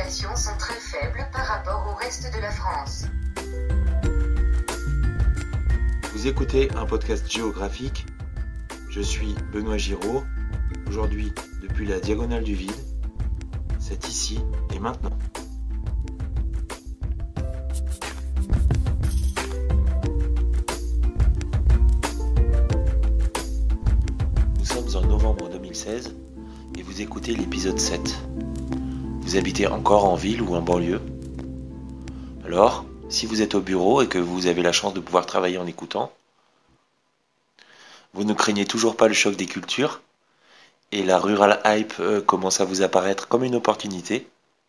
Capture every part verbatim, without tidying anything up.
population sont très faibles par rapport au reste de la France. Vous écoutez un podcast géographique. Je suis Benoît Giraud. Aujourd'hui, depuis la diagonale du vide, c'est ici et maintenant. Nous sommes en novembre deux mille seize et vous écoutez l'épisode sept. Vous habitez encore en ville ou en banlieue? Alors, si vous êtes au bureau et que vous avez la chance de pouvoir travailler en écoutant, vous ne craignez toujours pas le choc des cultures et la rural hype euh, commence à vous apparaître comme une opportunité.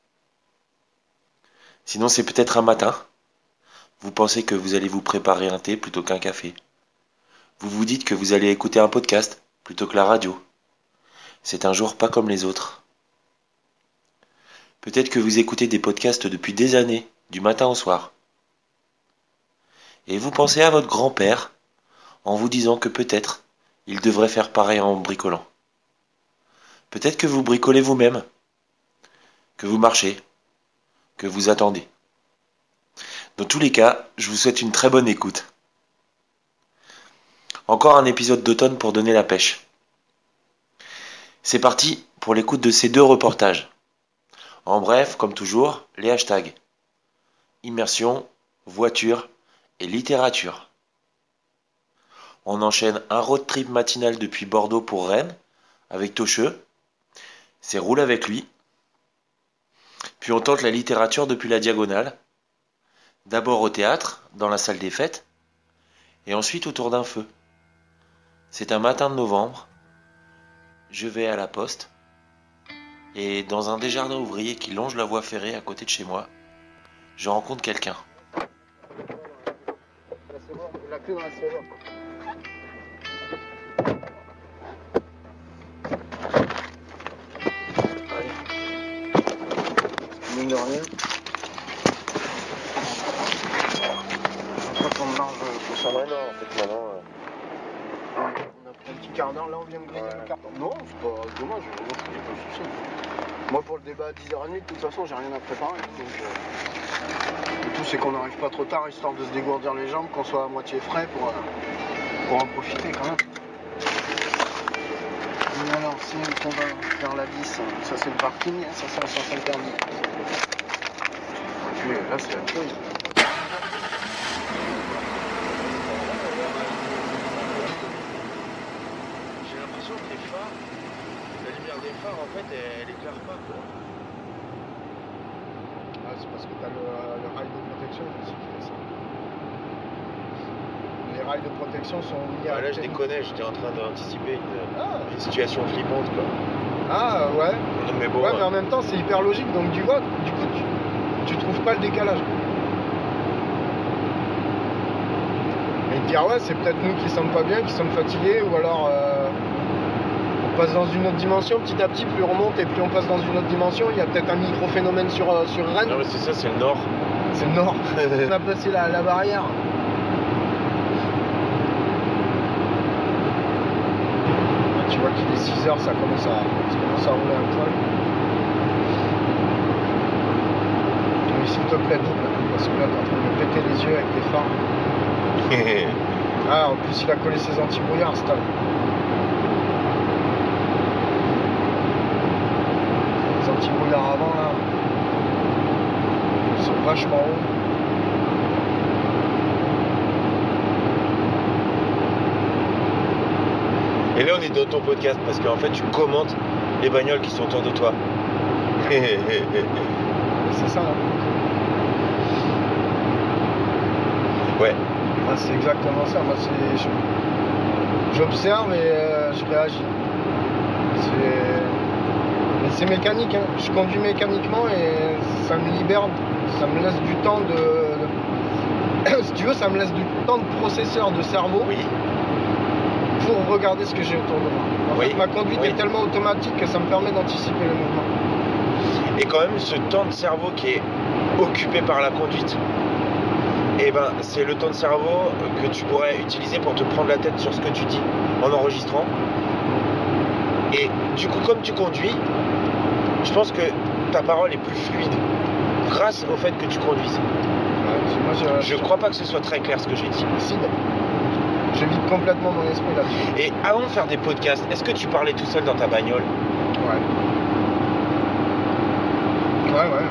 Sinon, c'est peut-être un matin. Vous pensez que vous allez vous préparer un thé plutôt qu'un café. Vous vous dites que vous allez écouter un podcast plutôt que la radio. C'est un jour pas comme les autres. Peut-être que vous écoutez des podcasts depuis des années, du matin au soir. Et vous pensez à votre grand-père en vous disant que peut-être il devrait faire pareil en bricolant. Peut-être que vous bricolez vous-même, que vous marchez, que vous attendez. Dans tous les cas, je vous souhaite une très bonne écoute. Encore un épisode d'automne pour donner la pêche. C'est parti pour l'écoute de ces deux reportages. En bref, comme toujours, les hashtags immersion, voiture et littérature. On enchaîne un road trip matinal depuis Bordeaux pour Rennes avec Tocheux. C'est roule avec lui. Puis on tente la littérature depuis la diagonale. D'abord au théâtre, dans la salle des fêtes, et ensuite autour d'un feu. C'est un matin de novembre. Je vais à la poste. Et dans un des jardins ouvriers qui longe la voie ferrée à côté de chez moi, je rencontre quelqu'un. La clé dans la serrure. Allez. Mine de rien. Je crois qu'on marche pour ça. Ouais, non, en fait, maintenant... Euh... On a pris un petit quart d'heure, là on vient de griller Ouais. un quart d'heure. Non, c'est pas dommage, moi j'ai pas de soucis. Moi pour le débat à dix heures trente, de toute façon j'ai rien à préparer. Donc, euh... Le tout c'est qu'on n'arrive pas trop tard, histoire de se dégourdir les jambes, qu'on soit à moitié frais pour, euh, pour en profiter quand même. Et alors, c'est qu'on va faire la vis, ça c'est le parking, ça c'est un sens interdit. Et puis là c'est la chose. J'ai l'impression que les phares, la lumière des phares en fait elle, elle éclaire pas quoi. Ah, c'est parce que t'as le, le rail de protection aussi qui fait ça. Les rails de protection sont mis à... Ah, là je déconnais, j'étais en train d'anticiper une, Ah, une situation flippante quoi. ah ouais. Non mais bon, Ouais, mais en même temps c'est hyper logique, donc tu vois, du coup tu, tu trouves pas le décalage. Et te dire ouais, c'est peut-être nous qui sommes pas bien, qui sommes fatigués, ou alors euh, on passe dans une autre dimension, petit à petit plus on remonte et plus on passe dans une autre dimension, il y a peut-être un micro-phénomène sur, euh, sur Rennes. non mais c'est ça, c'est le nord. C'est le nord. On a passé la, la barrière. Là, tu vois qu'il est six heures, ça commence à, ça commence à rouler un poil. Mais s'il te plaît, double, parce que là, t'es en train de me péter les yeux avec tes phares. Ah, en plus, il a collé ses anti-brouillards, Stan. Les anti-brouillards avant, là, ils sont vachement hauts. Et là on est dans ton podcast parce qu'en fait tu commentes les bagnoles qui sont autour de toi. C'est ça, hein. Ouais. Ah, c'est exactement ça. Moi, c'est, je- j'observe et euh, je réagis. C'est, mais c'est mécanique. Hein. Je conduis mécaniquement et ça me libère, ça me laisse du temps de, de- si tu veux, ça me laisse du temps de processeur de cerveau Oui. pour regarder ce que j'ai autour de moi. En Oui. fait, ma conduite Oui. est tellement automatique que ça me permet d'anticiper le mouvement. Et quand même ce temps de cerveau qui est occupé par la conduite, et ben c'est le temps de cerveau que tu pourrais utiliser pour te prendre la tête sur ce que tu dis en enregistrant. Et du coup comme tu conduis, je pense que ta parole est plus fluide grâce au fait que tu conduises. Ouais, moi, je, Je crois pas que ce soit très clair ce que j'ai dit. Si, je vide complètement mon esprit là-dessus. Et avant de faire des podcasts, est-ce que tu parlais tout seul dans ta bagnole? Ouais. Ouais, ouais.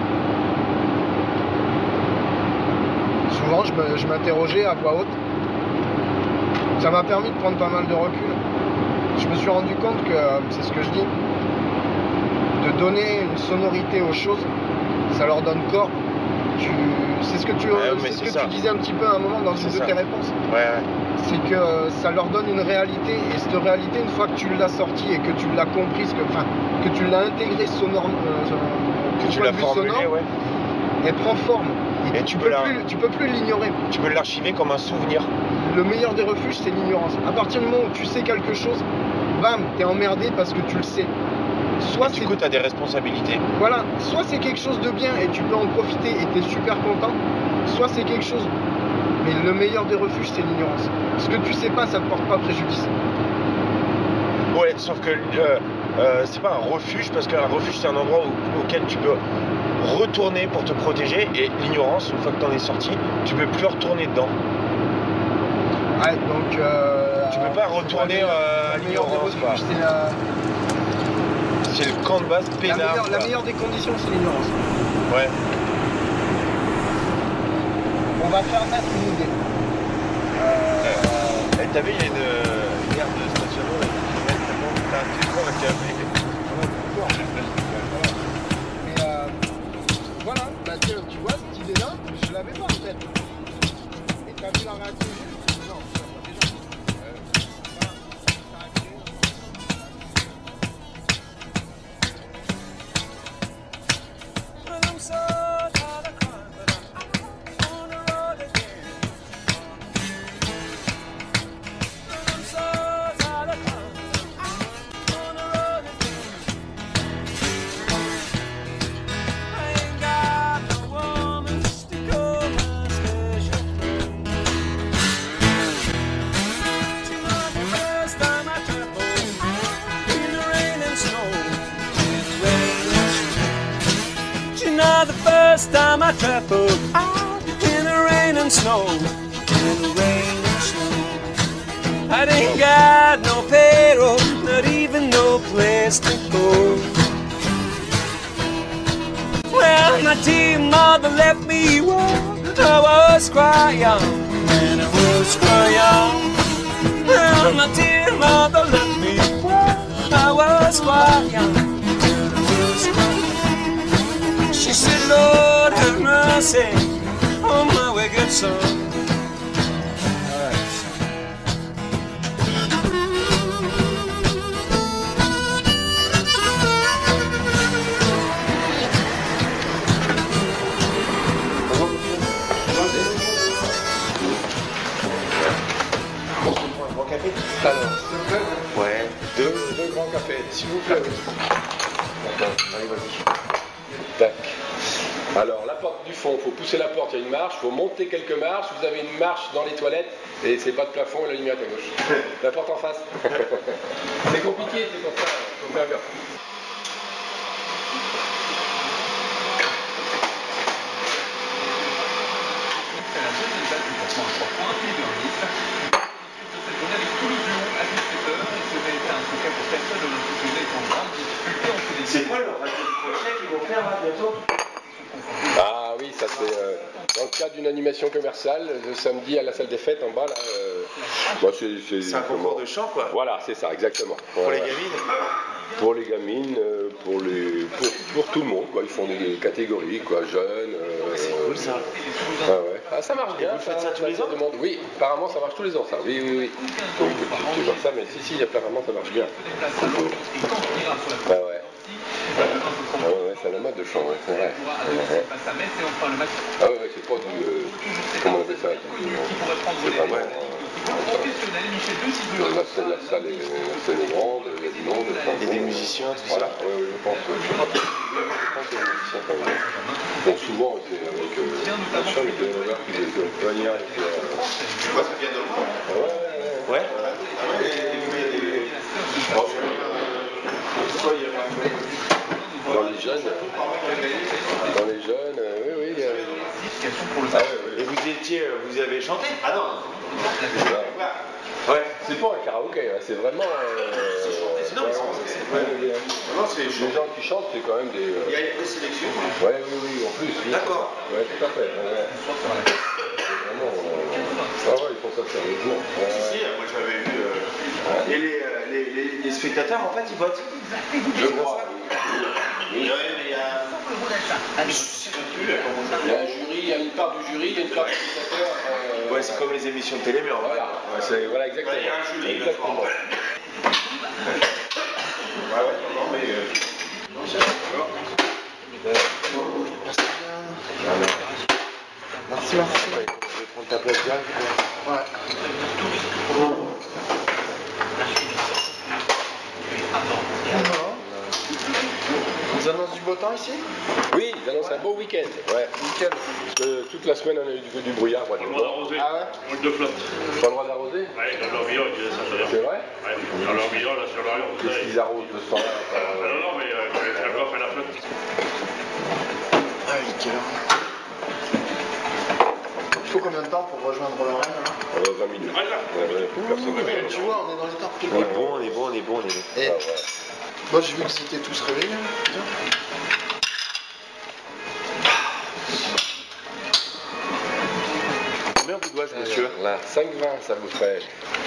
Souvent, je me- je m'interrogeais à voix haute. Ça m'a permis de prendre pas mal de recul. Je me suis rendu compte que, euh, c'est ce que je dis, de donner une sonorité aux choses, ça leur donne corps. Tu... C'est ce que, tu, Ouais, c'est mais ce c'est que ça. tu disais un petit peu à un moment dans une C'est de ça. tes réponses. Ouais, ouais. C'est que euh, ça leur donne une réalité, et cette réalité, une fois que tu l'as sortie et que tu l'as comprise, que, enfin, que tu l'as intégrée sonore, euh, Que au tu point l'as de vue formulé, sonore, ouais. elle prend forme. Et, Et tu, tu peux peux la- plus, tu peux plus l'ignorer. Tu peux l'archiver comme un souvenir. Le meilleur des refuges, c'est l'ignorance. À partir du moment où tu sais quelque chose, bam, t'es emmerdé parce que tu le sais. Soit Du c'est coup, tu as des responsabilités. voilà, soit c'est quelque chose de bien et tu peux en profiter et t'es super content, soit c'est quelque chose. Mais le meilleur des refuges, c'est l'ignorance. Ce que tu sais pas, ça te porte pas préjudice. Ouais, sauf que euh, euh, c'est pas un refuge, parce qu'un refuge, c'est un endroit où- auquel tu peux retourner pour te protéger, et l'ignorance, une fois que tu en es sorti, tu peux plus retourner dedans. Ouais, donc. Euh, Tu peux pas retourner, le- euh, à le meilleur des l'ignorance, quoi. refuges, c'est la, C'est le camp de base la, peinard. meilleure, la quoi. meilleure des conditions, c'est l'ignorance. Ouais. On va faire naître une idée. Euh, Et t'as vu, il y a une, une aire de stationnement là, qui met tellement. T'as un téléphone là qui a fait. Mais euh, voilà, bah, tu, tu vois, cette idée-là, je l'avais pas en tête. Et t'as vu la réaction juste? Non, ça, pas déjà. Euh, voilà, ça a créé- The first time I traveled out in the rain and snow, in the rain and snow. I didn't got no payroll, not even no place to go. Well, my dear mother left me when I was quite young, when I was quite young. Well, my dear mother left me when I was quite young, when I was quite young. She said, Lord, have mercy on my wicked son. Un grand café. Alors, s'il te plaît, Ouais. Deux. deux grands cafés, s'il vous plaît. D'accord. Allez, vas-y. Tac. Alors, la porte du fond, il faut pousser la porte, il y a une marche, il faut monter quelques marches, vous avez une marche dans les toilettes, et c'est pas de plafond, et la lumière est à gauche. La porte en face. C'est compliqué, c'est pour ça, il faut faire gaffe. C'est quoi le radio de crochet qu'ils vont faire là bientôt? Ah oui, ça c'est euh, dans le cadre d'une animation commerciale, le samedi à la salle des fêtes en bas, là. Euh, bah, c'est, c'est, C'est un concours de chant, quoi. Voilà, c'est ça, exactement. Pour Ouais, les ouais. gamines. Pour les gamines, euh, pour, les, pour, pour tout le monde, quoi. Ils font des catégories, quoi, jeunes. Euh, C'est cool ça. Ah, ouais. Ah, ça marche bien. vous faites ça tous les attire ans du monde. Oui, apparemment ça marche tous les ans, ça. Oui, oui, oui. Oui, tu, tu vois ça, mais si, si, apparemment ça marche bien. Ah ouais. Ah ouais, ouais, c'est à la mode de chant, ouais, c'est vrai. Ouais. Ah ouais, ouais, c'est pas du... Euh, comment on appelle ça du, c'est vraiment... Ouais. Euh, la, scène, la salle est, la scène est grande, il y a du monde. Et des musiciens, tout Voilà, ça. ouais, ouais, je pense. Je pense que je pense que les musiciens, quand même. Bon, souvent, c'est avec euh, machin, mais il doit y en avoir qui les poignards et puis... Euh... Tu vois, ça vient de loin. Ouais, ouais, ouais. Ouais. Dans les les jeunes. Dans les jeunes, euh, oui, oui. Euh... Ah, ouais, ouais. Et vous étiez, vous avez chanté? Ah non. Ouais. C'est pas un karaoké, hein, c'est vraiment. Euh... C'est chanté, c'est non, ouais, c'est ouais, ouais, ouais. Non, c'est les gens qui chantent, c'est quand même des. Euh... Il y a des sélections. Ouais, oui, oui, en plus. Oui, d'accord. Ouais, tout à fait. Ouais. Vraiment. Euh... Ah ouais, ils font ça sérieusement. Ouais. Si, si, moi j'avais vu. Euh... Ouais. Et les, les, les, les spectateurs, en fait, ils votent. Je crois. Oui, ouais, mais il y a. Je sais plus comment ça. Il y a un jury, il y a une part du jury, il y a une part du spectateur. Euh... Ouais, c'est comme les émissions de télé, mais en voilà. Ouais, c'est, voilà, exactement. Ouais, il y a un jury, exactement. Ouais, ouais, non, mais. Euh... Non, c'est d'accord. Merci, merci. Je vais prendre ta place direct. Ouais. Ils annoncent du beau temps ici? Oui, ils annoncent un beau week-end. Ouais. Nickel. Parce que toute la semaine, on a eu du, du brouillard. Pas le droit d'arroser. Ah ouais? On le de flotte. Pas le droit d'arroser? Ouais, dans leur million, ils disaient ça tout à l'heure. C'est vrai? Ouais, dans leur million, là, sur l'Orient. Qu'est-ce qu'ils arrosent de ce temps-là? Ah non, non, mais euh, la coiffe et la flotte. Ah oui, quelle heure? Il faut combien de temps pour rejoindre la reine là? Euh, vingt minutes. Ah, là. Ouais, ouais, plus personne ne vient. Tu vois, on est dans les temps. On est bon, on est bon, on est bon, on est bon. Et Ah, ouais. moi j'ai vu que c'était tous réveillés. Hein. Combien vous dois-je, monsieur? Là, cinq vingt, ça vous ferait.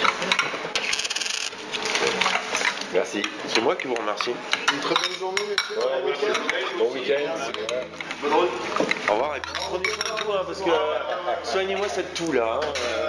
Merci. C'est moi qui vous remercie. Une très bonne journée, messieurs. Ouais, Bon merci. week-end. Bon week-end. Ouais. Bonne route. Au revoir et puis prenez soin de vous, hein, parce que euh, soignez-moi cette toux là. Hein, euh.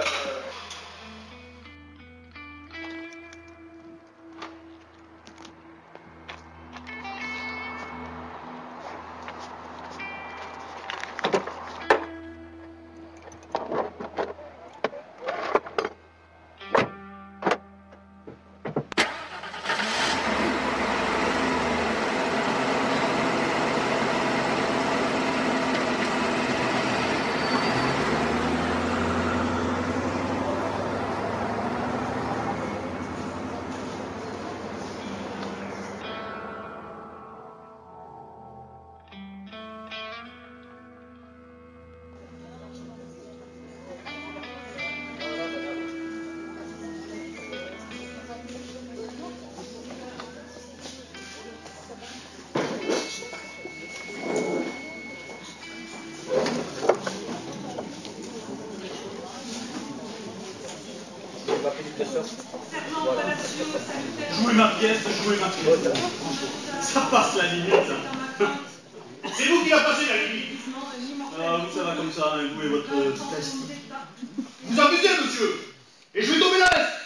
Jouez ma pièce, jouez ma pièce. Ça passe la limite. C'est vous qui a passé la limite. Ah, vous, ça va comme ça, hein, vous et votre euh, test. Vous abusez, monsieur. Et je vais tomber la veste.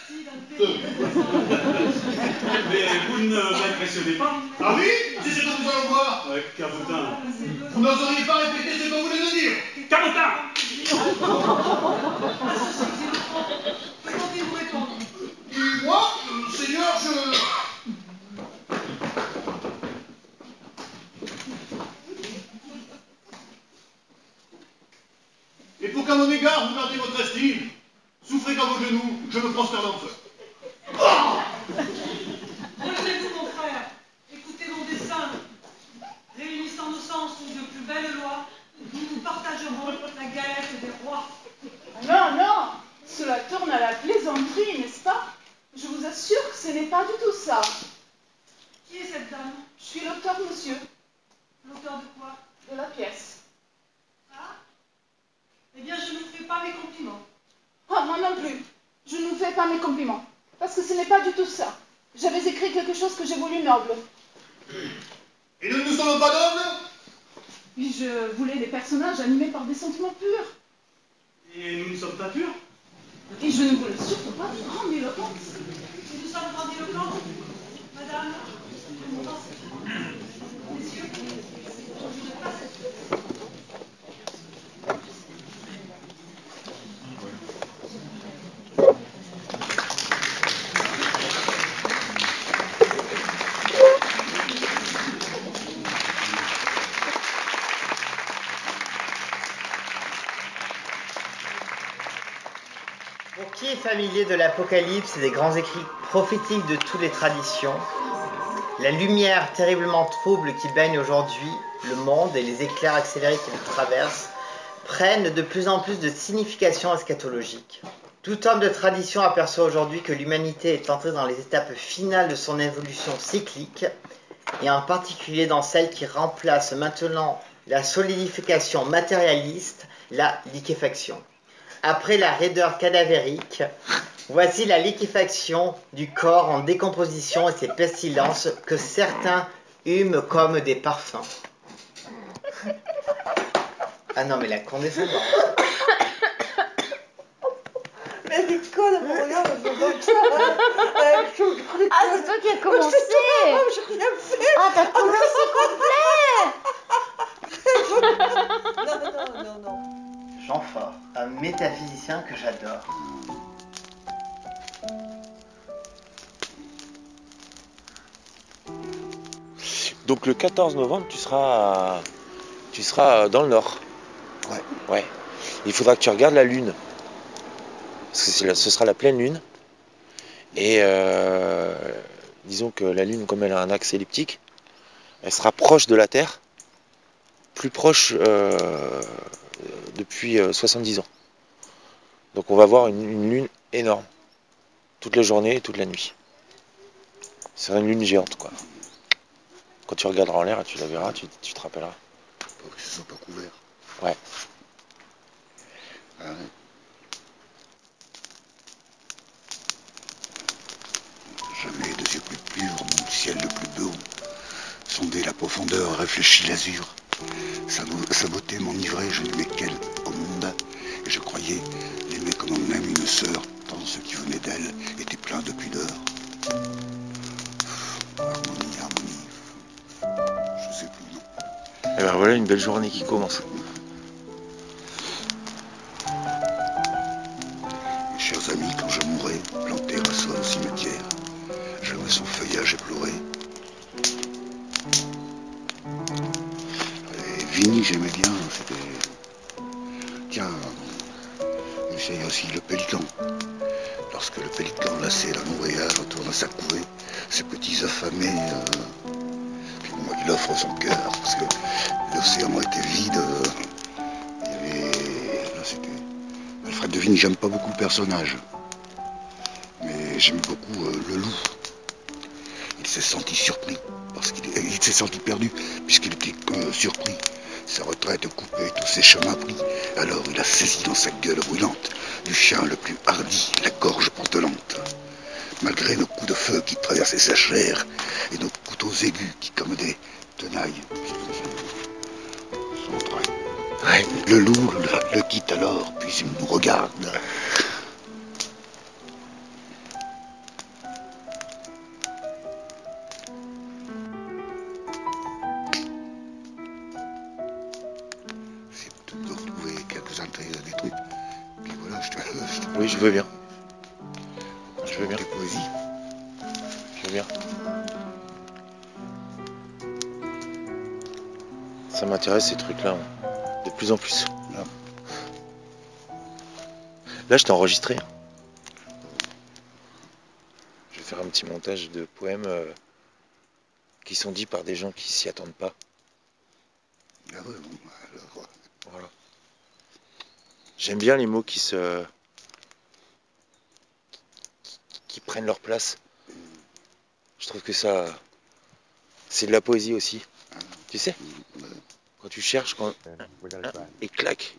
Mais vous ne m'impressionnez pas. Ah oui? C'est ce que nous allons voir. Ouais, cabotin. Vous n'oseriez pas répéter ce que vous venez de dire. Cabotin. Comptez-vous répondre? Et moi, euh, Seigneur, je... Et pour qu'à mon égard, vous gardez votre estime, souffrez qu'à vos genoux, je me prosterne en feu. Relevez-vous, mon frère. Écoutez mon dessein. Réunissant nos sens sous de plus belles lois, nous nous partagerons la galette des rois. Non, non, cela tourne à la plaisanterie, n'est-ce pas? Je vous assure que ce n'est pas du tout ça. Qui est cette dame? Je suis l'auteur, monsieur, L'auteur de quoi? de la pièce. Ah? Eh bien, je ne vous fais pas mes compliments. Ah, moi non plus. Je ne vous fais pas mes compliments. Parce que ce n'est pas du tout ça. J'avais écrit quelque chose que j'ai voulu noble. Et nous ne sommes pas nobles? Puis je voulais des personnages animés par des sentiments purs. Et nous ne sommes pas purs? Et je ne voulais surtout pas de grande éloquence. Et nous sommes grandiloquents? Madame? Messieurs? Je ne pas cette... Pour qui est familier de l'Apocalypse et des grands écrits prophétiques de toutes les traditions, La lumière terriblement trouble qui baigne aujourd'hui le monde et les éclairs accélérés qui le traversent prennent de plus en plus de signification eschatologique. Tout homme de tradition aperçoit aujourd'hui que l'humanité est entrée dans les étapes finales de son évolution cyclique, et en particulier dans celle qui remplace maintenant la solidification matérialiste, la liquéfaction. Après la raideur cadavérique, voici la liquéfaction du corps en décomposition et ses pestilences que certains hument comme des parfums. Ah non, mais la condescendance. Mais elle est conne, elle me regarde, elle me donne ça. Ah, c'est toi qui as commencé. J'ai rien fait. Ah, t'as commencé complet. Non, non, non, non. Jean Faure, un métaphysicien que j'adore. Donc le quatorze novembre, tu seras, tu seras dans le nord. Ouais. Ouais. Il faudra que tu regardes la lune. Parce que c'est la- ce sera la pleine lune. Et euh, disons que la lune, comme elle a un axe elliptique, elle sera proche de la Terre, plus proche euh, depuis euh, soixante-dix ans. Donc on va voir une, une lune énorme, toute la journée et toute la nuit. C'est une lune géante, quoi. Quand tu regarderas en l'air, tu la verras, tu, tu te rappelleras. Pour que ce soit pas couvert. Ouais. Ah ouais. Jamais de yeux plus purs, mon ciel le plus beau. Sonder la profondeur, réfléchir l'azur. Sa, sa beauté m'enivrait, je n'aimais qu'elle au monde. Et je croyais l'aimer comme on aime une sœur, tant ce qui venait d'elle était plein de pudeur. Harmonie, harmonie. Je sais plus, non. Et ben voilà une belle journée qui commence. Mes chers amis, quand je mourrai, planté au sol au cimetière, j'aimerais son feuillage éploré. Et Vigny, j'aimais bien, c'était... Tiens, j'essayais aussi le pélican. Lorsque le pélican lassé d'un long voyage retourne à sa couvée, ses petits affamés, euh... puis moi, il offre son cœur, parce que l'océan était vide. euh, Il y avait... Là, c'était... Alfred de Vigny, j'aime pas beaucoup le personnage. Mais j'aime beaucoup euh, le loup. Il s'est senti surpris, parce qu'il il s'est senti perdu, puisqu'il était euh, surpris. Sa retraite coupée, tous ses chemins pris. Alors il a saisi dans sa gueule brûlante du chien le plus hardi, la gorge pantelante. Malgré nos coups de feu qui traversaient sa chair, et nos couteaux aigus qui, comme des tenailles, s'entraient. Ouais. Le loup le, le quitte alors, puis il nous regarde. De retrouver quelques-uns des trucs. Puis voilà, je te... Je te... Oui, je veux bien. Je veux bien. Des poésies. Je veux bien. Ça m'intéresse ces trucs-là, hein. De plus en plus. Là, Là, je t'ai enregistré. Je vais faire un petit montage de poèmes euh, qui sont dits par des gens qui s'y attendent pas. ah ouais, bon, alors, Voilà. J'aime bien les mots qui se... qui prennent leur place. Je trouve que ça... c'est de la poésie aussi. Tu sais ? Quand tu cherches, quand... et clac.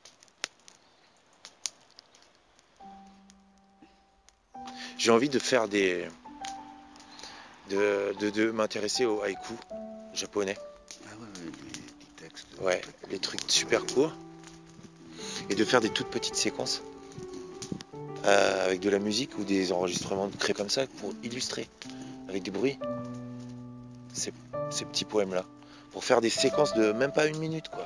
J'ai envie de faire des... de, de, de m'intéresser au haïku japonais. ah ouais, les petits textes. Ouais, les trucs super courts. Et de faire des toutes petites séquences. Euh, avec de la musique ou des enregistrements de créés comme ça pour illustrer. Avec des bruits. Ces, ces petits poèmes-là. Pour faire des séquences de même pas une minute, quoi.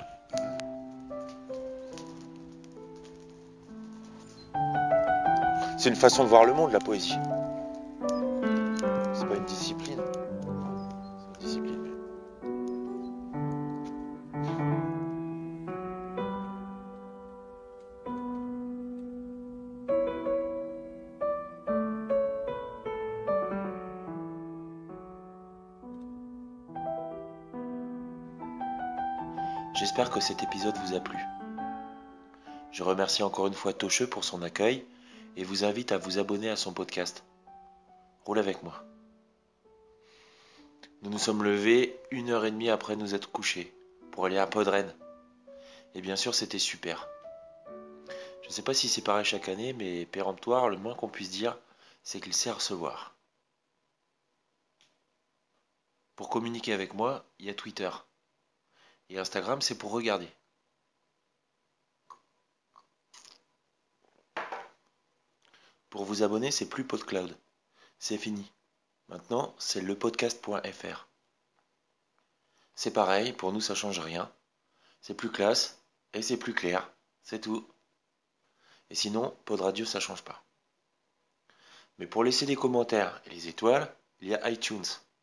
C'est une façon de voir le monde, la poésie. C'est pas une discipline. C'est une discipline. J'espère que cet épisode vous a plu. Je remercie encore une fois Tocheux pour son accueil et vous invite à vous abonner à son podcast. Roule avec moi. Nous nous sommes levés une heure et demie après nous être couchés pour aller à Podren. Et bien sûr, c'était super. Je ne sais pas si c'est pareil chaque année, mais péremptoire, le moins qu'on puisse dire, c'est qu'il sait recevoir. Pour communiquer avec moi, il y a Twitter. Et Instagram, c'est pour regarder. Pour vous abonner, c'est plus PodCloud. C'est fini. Maintenant, c'est lepodcast point f r. C'est pareil, pour nous, ça change rien. C'est plus classe et c'est plus clair. C'est tout. Et sinon, Pod Radio, ça change pas. Mais pour laisser des commentaires et les étoiles, il y a iTunes.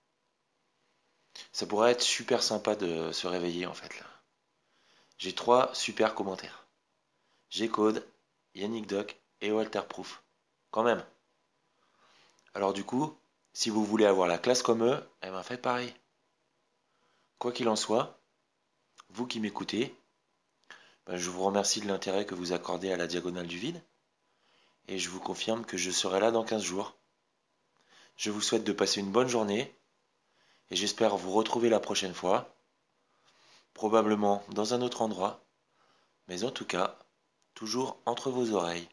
Ça pourrait être super sympa de se réveiller en fait là. J'ai trois super commentaires. G-Code, Yannick Doc et Walter Proof. Quand même. Alors du coup, si vous voulez avoir la classe comme eux, eh ben faites pareil. Quoi qu'il en soit, vous qui m'écoutez, ben je vous remercie de l'intérêt que vous accordez à la diagonale du vide. Et je vous confirme que je serai là dans quinze jours. Je vous souhaite de passer une bonne journée. Et j'espère vous retrouver la prochaine fois, probablement dans un autre endroit, mais en tout cas, toujours entre vos oreilles.